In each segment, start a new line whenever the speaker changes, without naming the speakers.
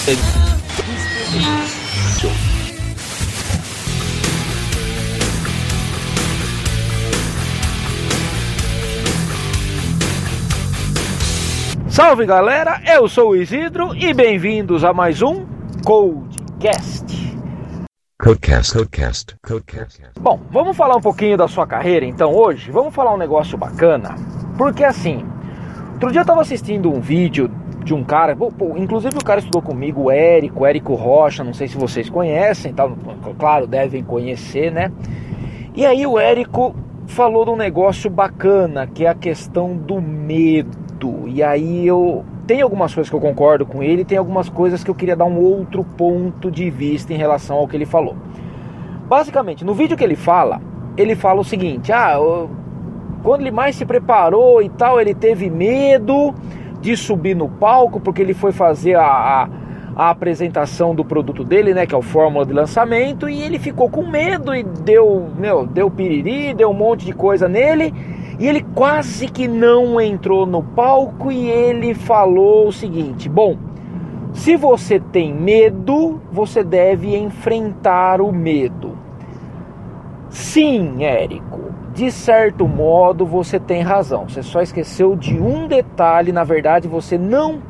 Salve galera, eu sou o Isidro e bem-vindos a mais um Codecast. Bom, vamos falar um pouquinho da sua carreira então hoje? Vamos falar um negócio bacana, porque assim, outro dia eu tava assistindo um vídeo de um cara, inclusive o cara estudou comigo, o Érico Rocha, não sei se vocês conhecem, tá? Claro, devem conhecer, né? E aí o Érico falou de um negócio bacana, que é a questão do medo. E aí tem algumas coisas que eu concordo com ele, tem algumas coisas que eu queria dar um outro ponto de vista em relação ao que ele falou. Basicamente, no vídeo que ele fala o seguinte: quando ele mais se preparou e tal, ele teve medo de subir no palco, porque ele foi fazer a apresentação do produto dele, né, que é o Fórmula de Lançamento, e ele ficou com medo e deu piriri, deu um monte de coisa nele. E ele quase que não entrou no palco e ele falou o seguinte: bom, se você tem medo, você deve enfrentar o medo. Sim, Érico, de certo modo você tem razão. Você só esqueceu de um detalhe, na verdade você não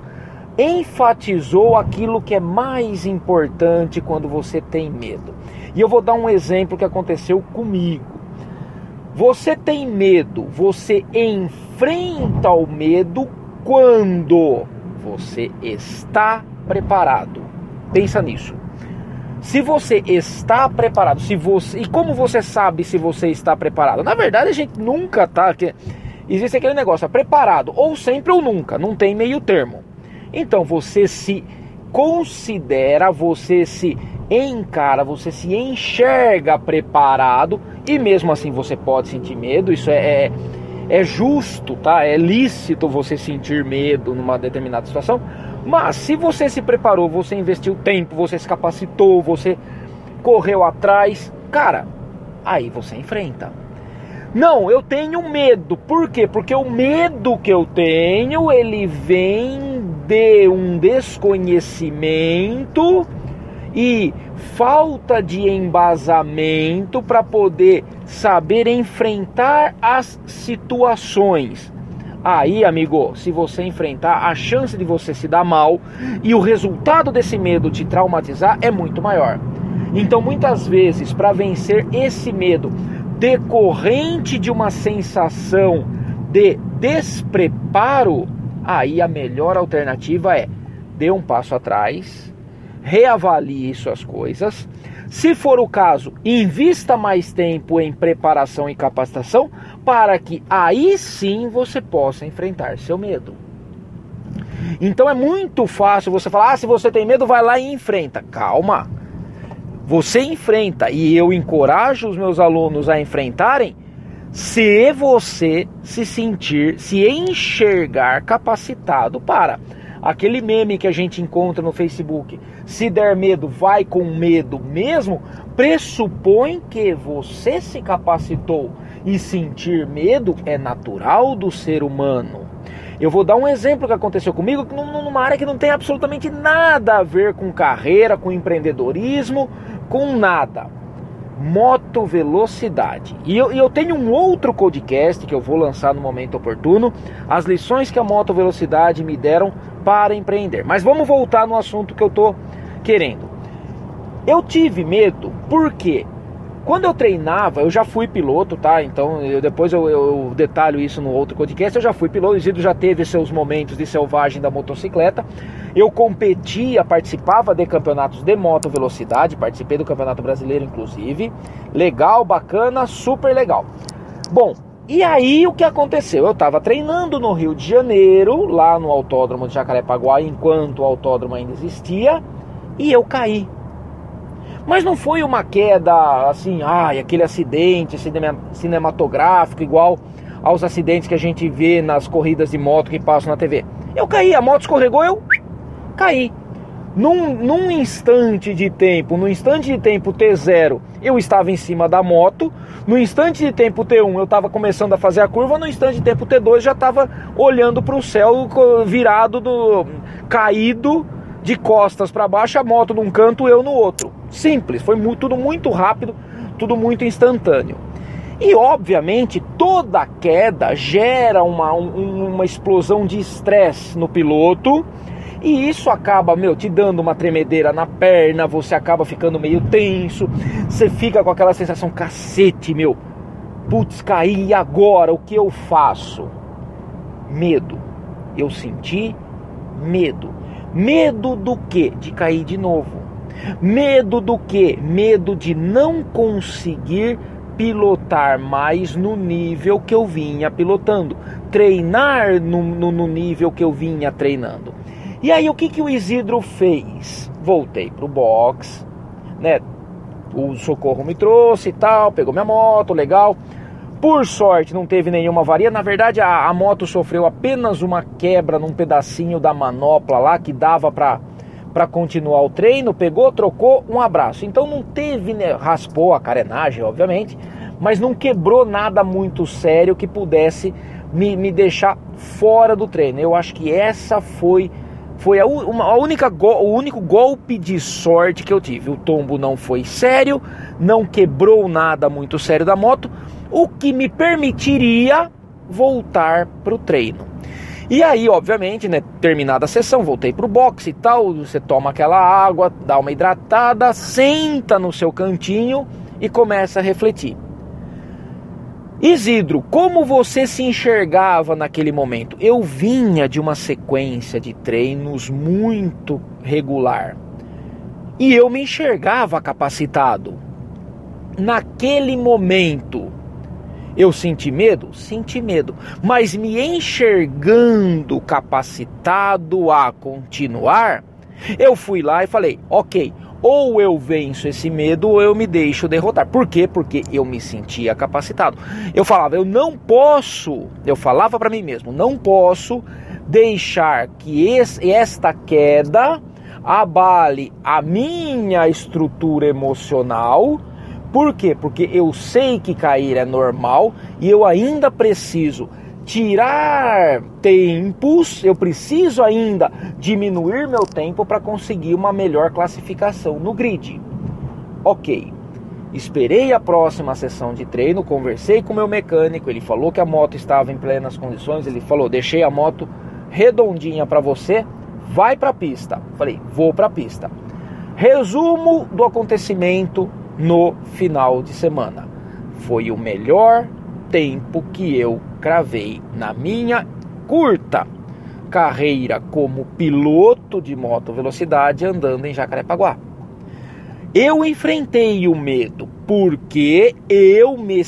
enfatizou aquilo que é mais importante quando você tem medo. E eu vou dar um exemplo que aconteceu comigo. Você tem medo, você enfrenta o medo quando você está preparado. Pensa nisso. Se você está preparado, e como você sabe se você está preparado? Na verdade a gente nunca está, existe aquele negócio, é preparado, ou sempre ou nunca, não tem meio termo. Então você se considera, você se encara, você se enxerga preparado, e mesmo assim você pode sentir medo. Isso é justo, tá? É lícito você sentir medo numa determinada situação, mas se você se preparou, você investiu tempo, você se capacitou, você correu atrás, cara, aí você enfrenta. Não, eu tenho medo. Por quê? Porque o medo que eu tenho, ele vem de um desconhecimento e falta de embasamento para poder saber enfrentar as situações. Aí, amigo, se você enfrentar, a chance de você se dar mal e o resultado desse medo te traumatizar é muito maior. Então, muitas vezes, para vencer esse medo decorrente de uma sensação de despreparo, aí a melhor alternativa é: dê um passo atrás, reavalie suas coisas. Se for o caso, invista mais tempo em preparação e capacitação para que aí sim você possa enfrentar seu medo. Então é muito fácil você falar: se você tem medo, vai lá e enfrenta. Calma, você enfrenta, e eu encorajo os meus alunos a enfrentarem se você se enxergar capacitado para. Aquele meme que a gente encontra no Facebook, se der medo, vai com medo mesmo, pressupõe que você se capacitou, e sentir medo é natural do ser humano. Eu vou dar um exemplo que aconteceu comigo numa área que não tem absolutamente nada a ver com carreira, com empreendedorismo, com nada. Motovelocidade. E eu tenho um outro podcast que eu vou lançar no momento oportuno, as lições que a motovelocidade me deram para empreender. Mas vamos voltar no assunto que eu tô querendo. Eu tive medo porque quando eu treinava, eu já fui piloto, tá? Então depois eu detalho isso no outro podcast. Eu já fui piloto, o Isidro já teve seus momentos de selvagem da motocicleta. Eu competia, participava de campeonatos de motovelocidade, participei do Campeonato Brasileiro inclusive. Legal, bacana, super legal. Bom, e aí o que aconteceu? Eu estava treinando no Rio de Janeiro, lá no autódromo de Jacarepaguá, enquanto o autódromo ainda existia, e eu caí. Mas não foi uma queda assim, aquele acidente cinematográfico igual aos acidentes que a gente vê nas corridas de moto que passam na TV. Eu caí, a moto escorregou, eu caí. Num instante de tempo T0, eu estava em cima da moto. No instante de tempo T1, eu estava começando a fazer a curva. No instante de tempo T2, já estava olhando para o céu, virado, caído de costas para baixo, a moto num canto, eu no outro. Simples, foi tudo muito rápido, tudo muito instantâneo. E obviamente toda queda gera uma explosão de estresse no piloto, e isso acaba, te dando uma tremedeira na perna, você acaba ficando meio tenso, você fica com aquela sensação, cacete, putz, caí, e agora o que eu faço? Medo. Eu senti medo. Medo do quê? De cair de novo. Medo do quê? Medo de não conseguir pilotar mais no nível que eu vinha pilotando, treinar no nível que eu vinha treinando. E aí o que o Isidro fez? Voltei pro box, né? O socorro me trouxe e tal, pegou minha moto, legal. Por sorte não teve nenhuma avaria. Na verdade a moto sofreu apenas uma quebra num pedacinho da manopla lá que dava para continuar o treino. Pegou, trocou, um abraço. Então não teve, né? Raspou a carenagem, obviamente, mas não quebrou nada muito sério que pudesse me deixar fora do treino. Eu acho que essa foi o único golpe de sorte que eu tive. O tombo não foi sério, não quebrou nada muito sério da moto, o que me permitiria voltar para o treino. E aí, obviamente, né, terminada a sessão, voltei para o boxe e tal, você toma aquela água, dá uma hidratada, senta no seu cantinho e começa a refletir. Isidro, como você se enxergava naquele momento? Eu vinha de uma sequência de treinos muito regular e eu me enxergava capacitado. Naquele momento, eu senti medo? Senti medo, mas me enxergando capacitado a continuar, eu fui lá e falei, ok, ou eu venço esse medo ou eu me deixo derrotar. Por quê? Porque eu me sentia capacitado. Eu falava para mim mesmo, não posso deixar que esta queda abale a minha estrutura emocional. Por quê? Porque eu sei que cair é normal e eu ainda preciso tirar tempos, eu preciso ainda diminuir meu tempo para conseguir uma melhor classificação no grid. Ok, esperei a próxima sessão de treino, conversei com o meu mecânico, ele falou que a moto estava em plenas condições, ele falou, deixei a moto redondinha para você, vai para a pista. Falei, vou para a pista. Resumo do acontecimento no final de semana. Foi o melhor tempo que eu cravei na minha curta carreira como piloto de moto velocidade andando em Jacarepaguá. Eu enfrentei o medo porque eu me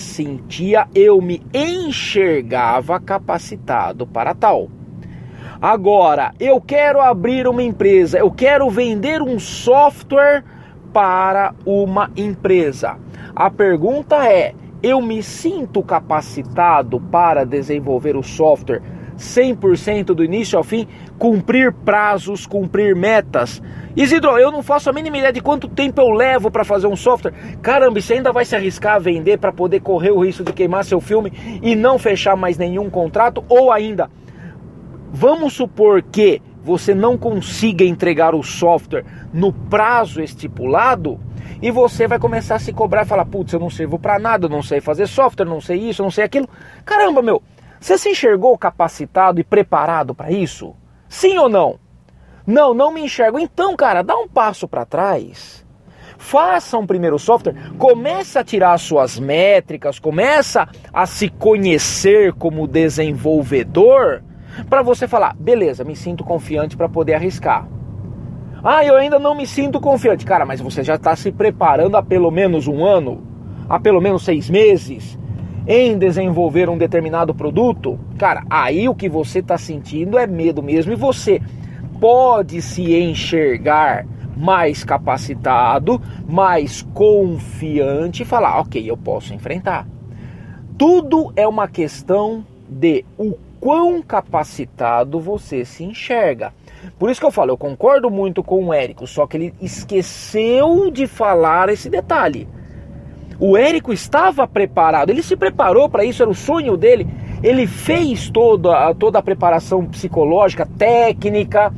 enxergava capacitado para tal. Agora, eu quero abrir uma empresa, eu quero vender um software para uma empresa. A pergunta é, eu me sinto capacitado para desenvolver o software 100% do início ao fim, cumprir prazos, cumprir metas? Isidro, eu não faço a mínima ideia de quanto tempo eu levo para fazer um software. Caramba, você ainda vai se arriscar a vender para poder correr o risco de queimar seu filme e não fechar mais nenhum contrato? Ou ainda, vamos supor que você não consiga entregar o software no prazo estipulado e você vai começar a se cobrar e falar, putz, eu não sirvo para nada, eu não sei fazer software, não sei isso, não sei aquilo. Caramba, você se enxergou capacitado e preparado para isso? Sim ou não? Não me enxergo. Então, cara, dá um passo para trás. Faça um primeiro software, começa a tirar as suas métricas, começa a se conhecer como desenvolvedor, para você falar, beleza, me sinto confiante para poder arriscar. Ah, eu ainda não me sinto confiante. Cara, mas você já está se preparando há pelo menos um ano, há pelo menos 6 meses em desenvolver um determinado produto. Cara, aí o que você está sentindo é medo mesmo e você pode se enxergar mais capacitado, mais confiante e falar, ok, eu posso enfrentar. Tudo é uma questão de o quão capacitado você se enxerga. Por isso que eu falo, eu concordo muito com o Érico, só que ele esqueceu de falar esse detalhe. O Érico estava preparado, ele se preparou para isso, era o sonho dele, ele fez toda a preparação psicológica, técnica,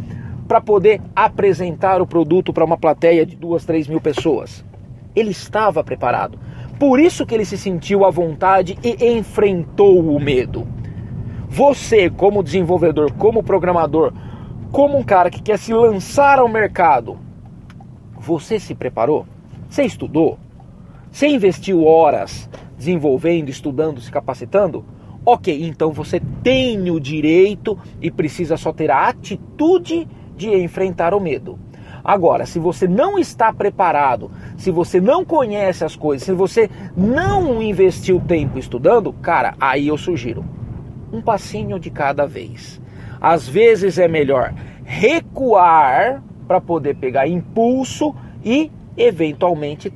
para poder apresentar o produto para uma plateia de 2, 3 mil pessoas. Ele estava preparado. Por isso que ele se sentiu à vontade e enfrentou o medo. Você, como desenvolvedor, como programador, como um cara que quer se lançar ao mercado, você se preparou? Você estudou? Você investiu horas desenvolvendo, estudando, se capacitando? Ok, então você tem o direito e precisa só ter a atitude de enfrentar o medo. Agora, se você não está preparado, se você não conhece as coisas, se você não investiu tempo estudando, cara, aí eu sugiro um passinho de cada vez. Às vezes é melhor recuar para poder pegar impulso e eventualmente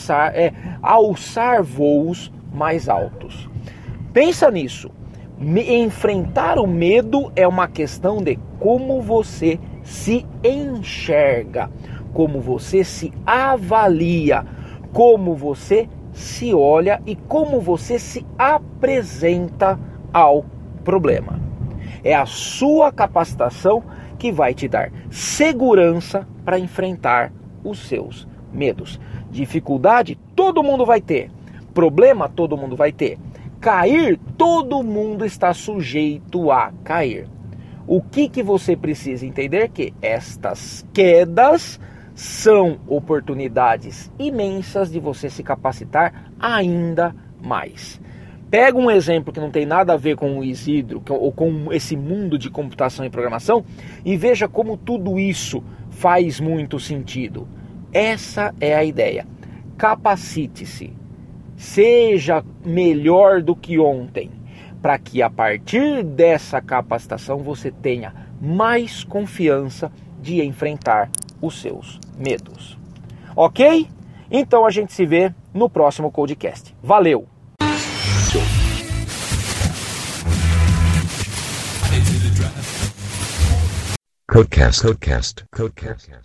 alçar voos mais altos. Pensa nisso. Enfrentar o medo é uma questão de como você se enxerga, como você se avalia, como você se olha e como você se apresenta ao problema. É a sua capacitação que vai te dar segurança para enfrentar os seus medos. Dificuldade todo mundo vai ter, problema todo mundo vai ter, cair todo mundo está sujeito a cair. O que você precisa entender? Que estas quedas são oportunidades imensas de você se capacitar ainda mais. Pega um exemplo que não tem nada a ver com o Isidro ou com esse mundo de computação e programação e veja como tudo isso faz muito sentido. Essa é a ideia. Capacite-se. Seja melhor do que ontem, para que a partir dessa capacitação você tenha mais confiança de enfrentar os seus medos. Ok? Então a gente se vê no próximo Codecast. Valeu!
Codecast.